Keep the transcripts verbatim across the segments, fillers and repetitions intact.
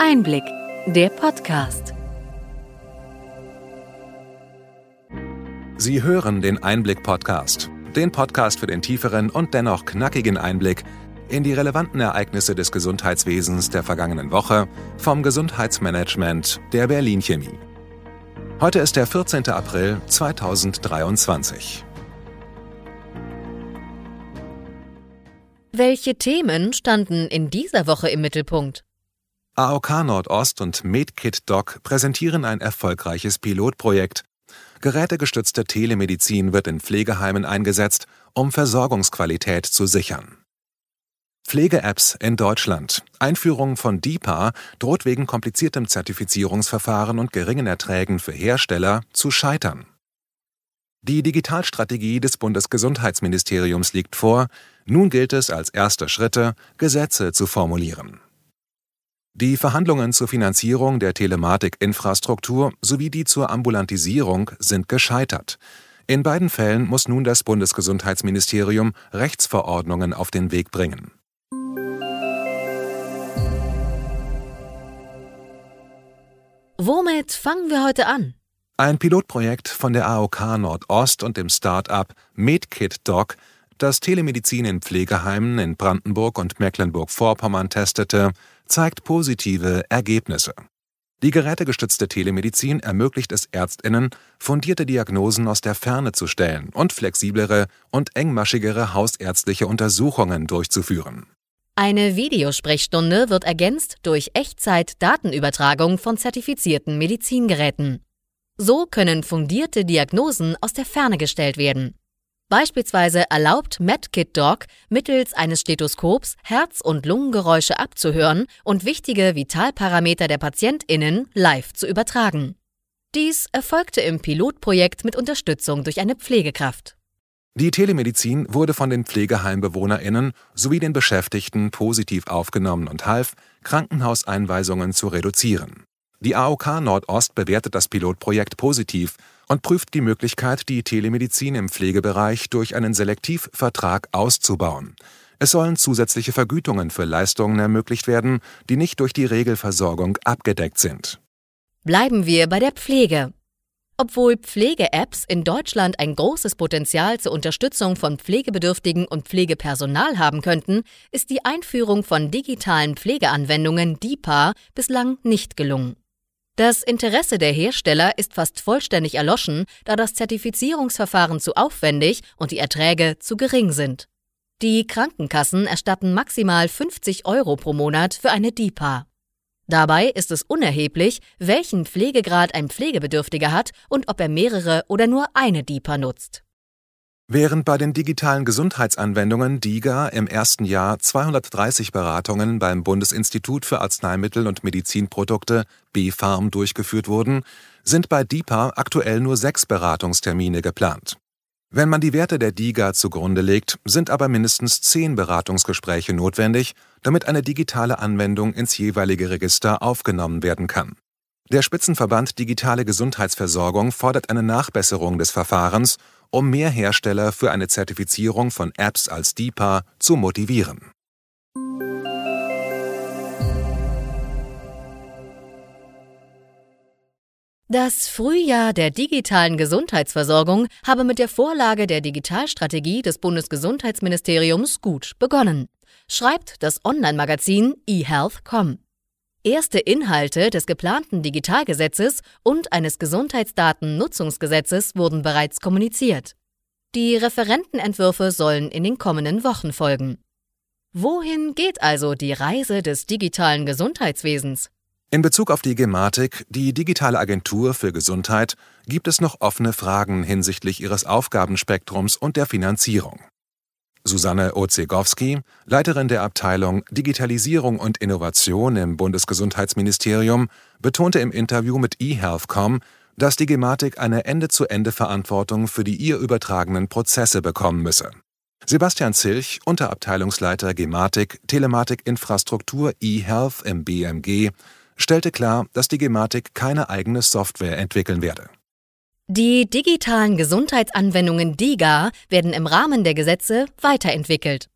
Einblick, der Podcast. Sie hören den Einblick-Podcast, den Podcast für den tieferen und dennoch knackigen Einblick in die relevanten Ereignisse des Gesundheitswesens der vergangenen Woche vom Gesundheitsmanagement der Berlin Chemie. Heute ist der vierzehnte April zweitausenddreiundzwanzig. Welche Themen standen in dieser Woche im Mittelpunkt? A O K Nordost und MedKit-Doc präsentieren ein erfolgreiches Pilotprojekt. Gerätegestützte Telemedizin wird in Pflegeheimen eingesetzt, um Versorgungsqualität zu sichern. Pflege-Apps in Deutschland. Einführung von D I P A droht wegen kompliziertem Zertifizierungsverfahren und geringen Erträgen für Hersteller zu scheitern. Die Digitalstrategie des Bundesgesundheitsministeriums liegt vor. Nun gilt es als erste Schritte, Gesetze zu formulieren. Die Verhandlungen zur Finanzierung der Telematik-Infrastruktur sowie die zur Ambulantisierung sind gescheitert. In beiden Fällen muss nun das Bundesgesundheitsministerium Rechtsverordnungen auf den Weg bringen. Womit fangen wir heute an? Ein Pilotprojekt von der A O K Nordost und dem Start-up MedKit-Doc, das Telemedizin in Pflegeheimen in Brandenburg und Mecklenburg-Vorpommern testete, zeigt positive Ergebnisse. Die gerätegestützte Telemedizin ermöglicht es ÄrztInnen, fundierte Diagnosen aus der Ferne zu stellen und flexiblere und engmaschigere hausärztliche Untersuchungen durchzuführen. Eine Videosprechstunde wird ergänzt durch Echtzeit-Datenübertragung von zertifizierten Medizingeräten. So können fundierte Diagnosen aus der Ferne gestellt werden. Beispielsweise erlaubt MedKit-Doc mittels eines Stethoskops Herz- und Lungengeräusche abzuhören und wichtige Vitalparameter der PatientInnen live zu übertragen. Dies erfolgte im Pilotprojekt mit Unterstützung durch eine Pflegekraft. Die Telemedizin wurde von den PflegeheimbewohnerInnen sowie den Beschäftigten positiv aufgenommen und half, Krankenhauseinweisungen zu reduzieren. Die A O K Nordost bewertet das Pilotprojekt positiv und prüft die Möglichkeit, die Telemedizin im Pflegebereich durch einen Selektivvertrag auszubauen. Es sollen zusätzliche Vergütungen für Leistungen ermöglicht werden, die nicht durch die Regelversorgung abgedeckt sind. Bleiben wir bei der Pflege. Obwohl Pflege-Apps in Deutschland ein großes Potenzial zur Unterstützung von Pflegebedürftigen und Pflegepersonal haben könnten, ist die Einführung von digitalen Pflegeanwendungen D I P A bislang nicht gelungen. Das Interesse der Hersteller ist fast vollständig erloschen, da das Zertifizierungsverfahren zu aufwendig und die Erträge zu gering sind. Die Krankenkassen erstatten maximal fünfzig Euro pro Monat für eine D I P A. Dabei ist es unerheblich, welchen Pflegegrad ein Pflegebedürftiger hat und ob er mehrere oder nur eine D I P A nutzt. Während bei den digitalen Gesundheitsanwendungen D I G A im ersten Jahr zweihundertdreißig Beratungen beim Bundesinstitut für Arzneimittel und Medizinprodukte B fArM durchgeführt wurden, sind bei D I P A aktuell nur sechs Beratungstermine geplant. Wenn man die Werte der D I G A zugrunde legt, sind aber mindestens zehn Beratungsgespräche notwendig, damit eine digitale Anwendung ins jeweilige Register aufgenommen werden kann. Der Spitzenverband Digitale Gesundheitsversorgung fordert eine Nachbesserung des Verfahrens, um mehr Hersteller für eine Zertifizierung von Apps als D I P A zu motivieren. Das Frühjahr der digitalen Gesundheitsversorgung habe mit der Vorlage der Digitalstrategie des Bundesgesundheitsministeriums gut begonnen, schreibt das Online-Magazin e health punkt com. Erste Inhalte des geplanten Digitalgesetzes und eines Gesundheitsdatennutzungsgesetzes wurden bereits kommuniziert. Die Referentenentwürfe sollen in den kommenden Wochen folgen. Wohin geht also die Reise des digitalen Gesundheitswesens? In Bezug auf die Gematik, die Digitale Agentur für Gesundheit, gibt es noch offene Fragen hinsichtlich ihres Aufgabenspektrums und der Finanzierung. Susanne Ozegowski, Leiterin der Abteilung Digitalisierung und Innovation im Bundesgesundheitsministerium, betonte im Interview mit e health punkt com, dass die Gematik eine Ende-zu-Ende-Verantwortung für die ihr übertragenen Prozesse bekommen müsse. Sebastian Zilch, Unterabteilungsleiter Gematik, Telematik-Infrastruktur eHealth im B M G, stellte klar, dass die Gematik keine eigene Software entwickeln werde. Die digitalen Gesundheitsanwendungen D I G A werden im Rahmen der Gesetze weiterentwickelt.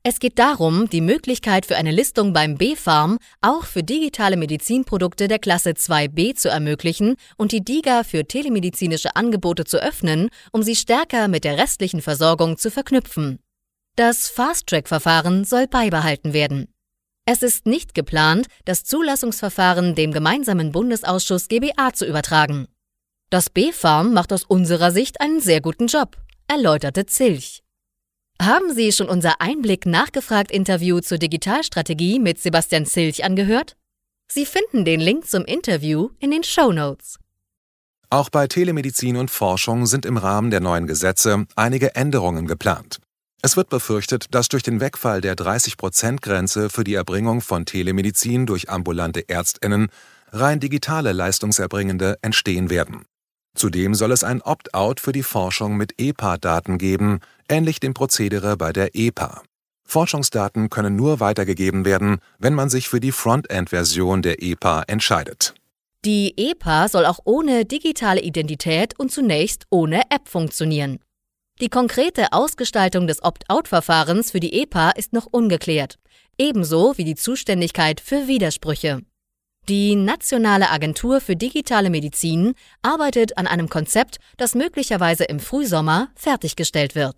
Es geht darum, die Möglichkeit für eine Listung beim B Pharm auch für digitale Medizinprodukte der Klasse zwei b zu ermöglichen und die DiGA für telemedizinische Angebote zu öffnen, um sie stärker mit der restlichen Versorgung zu verknüpfen. Das Fast-Track-Verfahren soll beibehalten werden. Es ist nicht geplant, das Zulassungsverfahren dem gemeinsamen Bundesausschuss G B A zu übertragen. Das B Pharm macht aus unserer Sicht einen sehr guten Job, erläuterte Zilch. Haben Sie schon unser Einblick-Nachgefragt-Interview zur Digitalstrategie mit Sebastian Zilch angehört? Sie finden den Link zum Interview in den Shownotes. Auch bei Telemedizin und Forschung sind im Rahmen der neuen Gesetze einige Änderungen geplant. Es wird befürchtet, dass durch den Wegfall der dreißig Prozent Grenze für die Erbringung von Telemedizin durch ambulante ÄrztInnen rein digitale Leistungserbringende entstehen werden. Zudem soll es ein Opt-out für die Forschung mit E P A-Daten geben, ähnlich dem Prozedere bei der E P A. Forschungsdaten können nur weitergegeben werden, wenn man sich für die Frontend-Version der E P A entscheidet. Die E P A soll auch ohne digitale Identität und zunächst ohne App funktionieren. Die konkrete Ausgestaltung des Opt-out-Verfahrens für die E P A ist noch ungeklärt, ebenso wie die Zuständigkeit für Widersprüche. Die Nationale Agentur für digitale Medizin arbeitet an einem Konzept, das möglicherweise im Frühsommer fertiggestellt wird.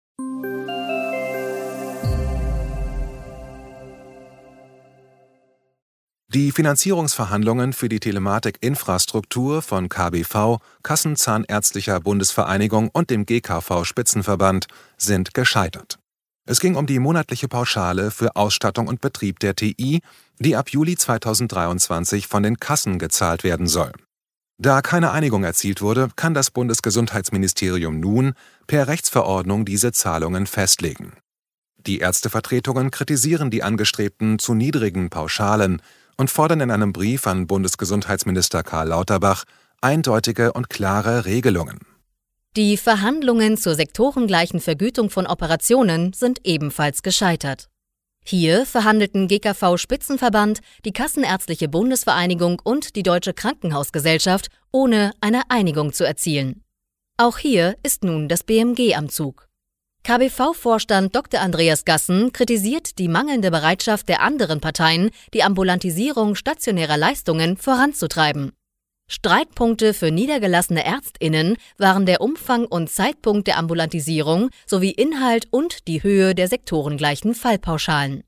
Die Finanzierungsverhandlungen für die Telematik-Infrastruktur von K B V, Kassenzahnärztlicher Bundesvereinigung und dem G K V-Spitzenverband sind gescheitert. Es ging um die monatliche Pauschale für Ausstattung und Betrieb der T I, die ab Juli zweitausenddreiundzwanzig von den Kassen gezahlt werden soll. Da keine Einigung erzielt wurde, kann das Bundesgesundheitsministerium nun per Rechtsverordnung diese Zahlungen festlegen. Die Ärztevertretungen kritisieren die angestrebten zu niedrigen Pauschalen und fordern in einem Brief an Bundesgesundheitsminister Karl Lauterbach eindeutige und klare Regelungen. Die Verhandlungen zur sektorengleichen Vergütung von Operationen sind ebenfalls gescheitert. Hier verhandelten G K V-Spitzenverband, die Kassenärztliche Bundesvereinigung und die Deutsche Krankenhausgesellschaft, ohne eine Einigung zu erzielen. Auch hier ist nun das B M G am Zug. K B V-Vorstand Doktor Andreas Gassen kritisiert die mangelnde Bereitschaft der anderen Parteien, die Ambulantisierung stationärer Leistungen voranzutreiben. Streitpunkte für niedergelassene ÄrztInnen waren der Umfang und Zeitpunkt der Ambulantisierung sowie Inhalt und die Höhe der sektorengleichen Fallpauschalen.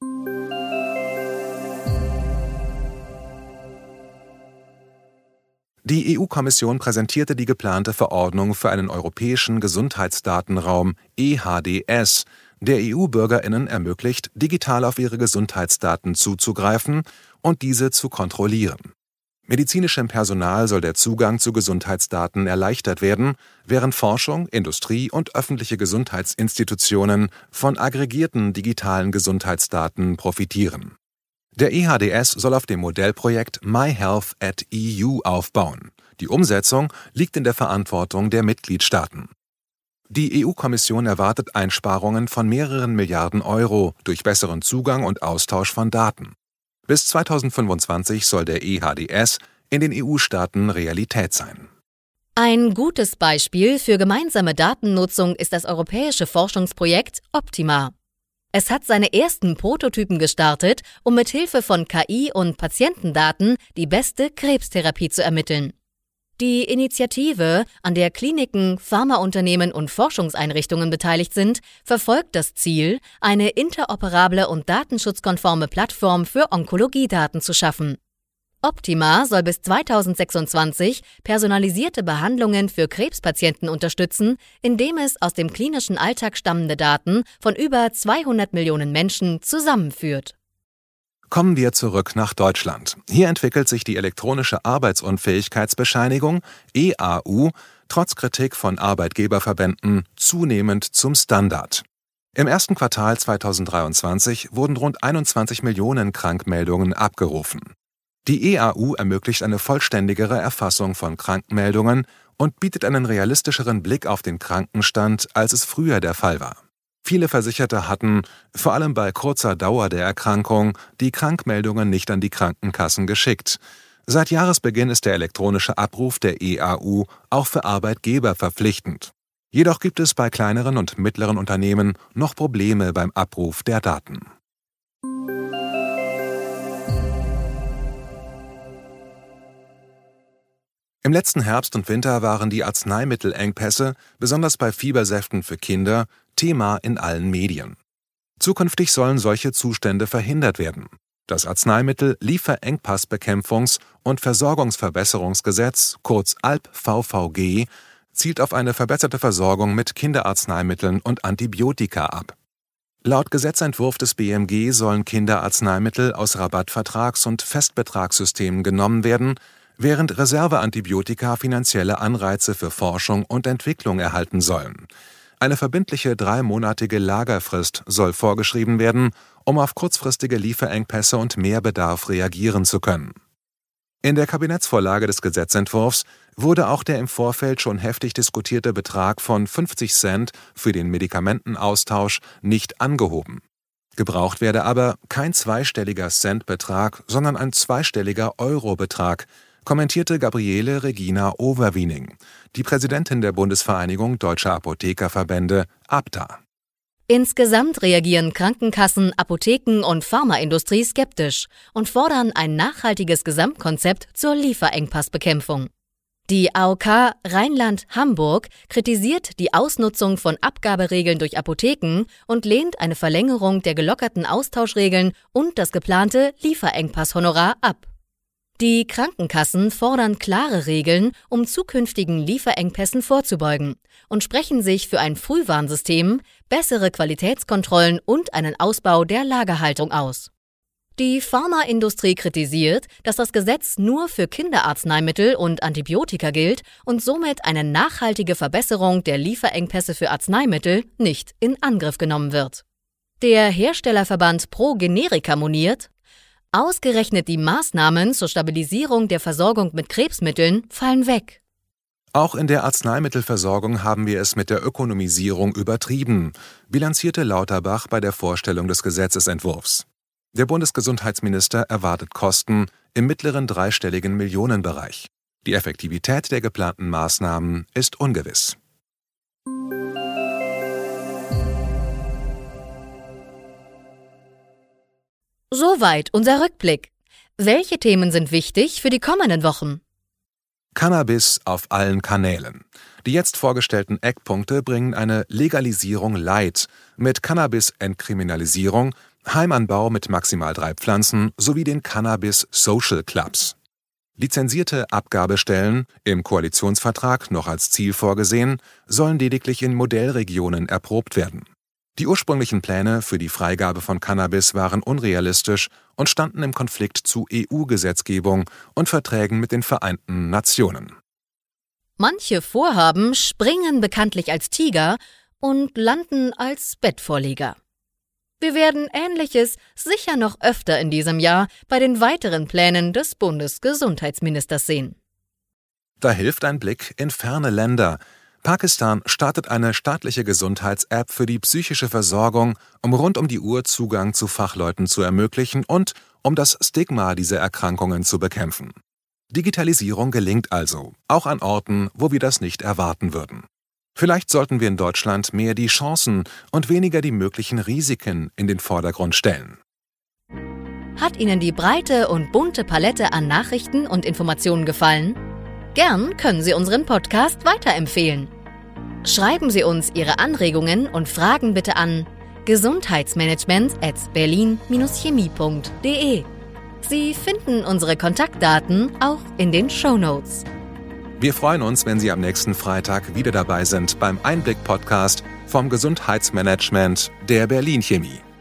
Die E U-Kommission präsentierte die geplante Verordnung für einen europäischen Gesundheitsdatenraum E H D S, der E U-BürgerInnen ermöglicht, digital auf ihre Gesundheitsdaten zuzugreifen und diese zu kontrollieren. Medizinischem Personal soll der Zugang zu Gesundheitsdaten erleichtert werden, während Forschung, Industrie und öffentliche Gesundheitsinstitutionen von aggregierten digitalen Gesundheitsdaten profitieren. Der E H D S soll auf dem Modellprojekt MyHealth at E U aufbauen. Die Umsetzung liegt in der Verantwortung der Mitgliedstaaten. Die E U-Kommission erwartet Einsparungen von mehreren Milliarden Euro durch besseren Zugang und Austausch von Daten. Bis zweitausendfünfundzwanzig soll der E H D S in den E U-Staaten Realität sein. Ein gutes Beispiel für gemeinsame Datennutzung ist das europäische Forschungsprojekt Optima. Es hat seine ersten Prototypen gestartet, um mit Hilfe von K I und Patientendaten die beste Krebstherapie zu ermitteln. Die Initiative, an der Kliniken, Pharmaunternehmen und Forschungseinrichtungen beteiligt sind, verfolgt das Ziel, eine interoperable und datenschutzkonforme Plattform für Onkologiedaten zu schaffen. Optima soll bis zweitausendsechsundzwanzig personalisierte Behandlungen für Krebspatienten unterstützen, indem es aus dem klinischen Alltag stammende Daten von über zweihundert Millionen Menschen zusammenführt. Kommen wir zurück nach Deutschland. Hier entwickelt sich die elektronische Arbeitsunfähigkeitsbescheinigung E A U trotz Kritik von Arbeitgeberverbänden zunehmend zum Standard. Im ersten Quartal zweitausenddreiundzwanzig wurden rund einundzwanzig Millionen Krankmeldungen abgerufen. Die E A U ermöglicht eine vollständigere Erfassung von Krankmeldungen und bietet einen realistischeren Blick auf den Krankenstand, als es früher der Fall war. Viele Versicherte hatten, vor allem bei kurzer Dauer der Erkrankung, die Krankmeldungen nicht an die Krankenkassen geschickt. Seit Jahresbeginn ist der elektronische Abruf der E A U auch für Arbeitgeber verpflichtend. Jedoch gibt es bei kleineren und mittleren Unternehmen noch Probleme beim Abruf der Daten. Im letzten Herbst und Winter waren die Arzneimittelengpässe, besonders bei Fiebersäften für Kinder, Thema in allen Medien. Zukünftig sollen solche Zustände verhindert werden. Das Arzneimittel-Lieferengpassbekämpfungs- und Versorgungsverbesserungsgesetz, kurz A L P V V G, zielt auf eine verbesserte Versorgung mit Kinderarzneimitteln und Antibiotika ab. Laut Gesetzentwurf des B M G sollen Kinderarzneimittel aus Rabattvertrags- und Festbetragssystemen genommen werden, während Reserveantibiotika finanzielle Anreize für Forschung und Entwicklung erhalten sollen. Eine verbindliche dreimonatige Lagerfrist soll vorgeschrieben werden, um auf kurzfristige Lieferengpässe und Mehrbedarf reagieren zu können. In der Kabinettsvorlage des Gesetzentwurfs wurde auch der im Vorfeld schon heftig diskutierte Betrag von fünfzig Cent für den Medikamentenaustausch nicht angehoben. Gebraucht werde aber kein zweistelliger Centbetrag, sondern ein zweistelliger Eurobetrag, kommentierte Gabriele Regina Overwiening, die Präsidentin der Bundesvereinigung Deutscher Apothekerverbände A B T A. Insgesamt reagieren Krankenkassen, Apotheken und Pharmaindustrie skeptisch und fordern ein nachhaltiges Gesamtkonzept zur Lieferengpassbekämpfung. Die A O K Rheinland-Hamburg kritisiert die Ausnutzung von Abgaberegeln durch Apotheken und lehnt eine Verlängerung der gelockerten Austauschregeln und das geplante Lieferengpasshonorar ab. Die Krankenkassen fordern klare Regeln, um zukünftigen Lieferengpässen vorzubeugen und sprechen sich für ein Frühwarnsystem, bessere Qualitätskontrollen und einen Ausbau der Lagerhaltung aus. Die Pharmaindustrie kritisiert, dass das Gesetz nur für Kinderarzneimittel und Antibiotika gilt und somit eine nachhaltige Verbesserung der Lieferengpässe für Arzneimittel nicht in Angriff genommen wird. Der Herstellerverband Pro Generika moniert: Ausgerechnet die Maßnahmen zur Stabilisierung der Versorgung mit Krebsmitteln fallen weg. Auch in der Arzneimittelversorgung haben wir es mit der Ökonomisierung übertrieben, bilanzierte Lauterbach bei der Vorstellung des Gesetzesentwurfs. Der Bundesgesundheitsminister erwartet Kosten im mittleren dreistelligen Millionenbereich. Die Effektivität der geplanten Maßnahmen ist ungewiss. Soweit unser Rückblick. Welche Themen sind wichtig für die kommenden Wochen? Cannabis auf allen Kanälen. Die jetzt vorgestellten Eckpunkte bringen eine Legalisierung light mit Cannabis-Entkriminalisierung, Heimanbau mit maximal drei Pflanzen sowie den Cannabis-Social Clubs. Lizenzierte Abgabestellen, im Koalitionsvertrag noch als Ziel vorgesehen, sollen lediglich in Modellregionen erprobt werden. Die ursprünglichen Pläne für die Freigabe von Cannabis waren unrealistisch und standen im Konflikt zu E U-Gesetzgebung und Verträgen mit den Vereinten Nationen. Manche Vorhaben springen bekanntlich als Tiger und landen als Bettvorleger. Wir werden Ähnliches sicher noch öfter in diesem Jahr bei den weiteren Plänen des Bundesgesundheitsministers sehen. Da hilft ein Blick in ferne Länder. Pakistan startet eine staatliche Gesundheits-App für die psychische Versorgung, um rund um die Uhr Zugang zu Fachleuten zu ermöglichen und um das Stigma dieser Erkrankungen zu bekämpfen. Digitalisierung gelingt also, auch an Orten, wo wir das nicht erwarten würden. Vielleicht sollten wir in Deutschland mehr die Chancen und weniger die möglichen Risiken in den Vordergrund stellen. Hat Ihnen die breite und bunte Palette an Nachrichten und Informationen gefallen? Gern können Sie unseren Podcast weiterempfehlen. Schreiben Sie uns Ihre Anregungen und Fragen bitte an gesundheitsmanagement at berlin chemie punkt de. Sie finden unsere Kontaktdaten auch in den Shownotes. Wir freuen uns, wenn Sie am nächsten Freitag wieder dabei sind beim Einblick-Podcast vom Gesundheitsmanagement der Berlin Chemie.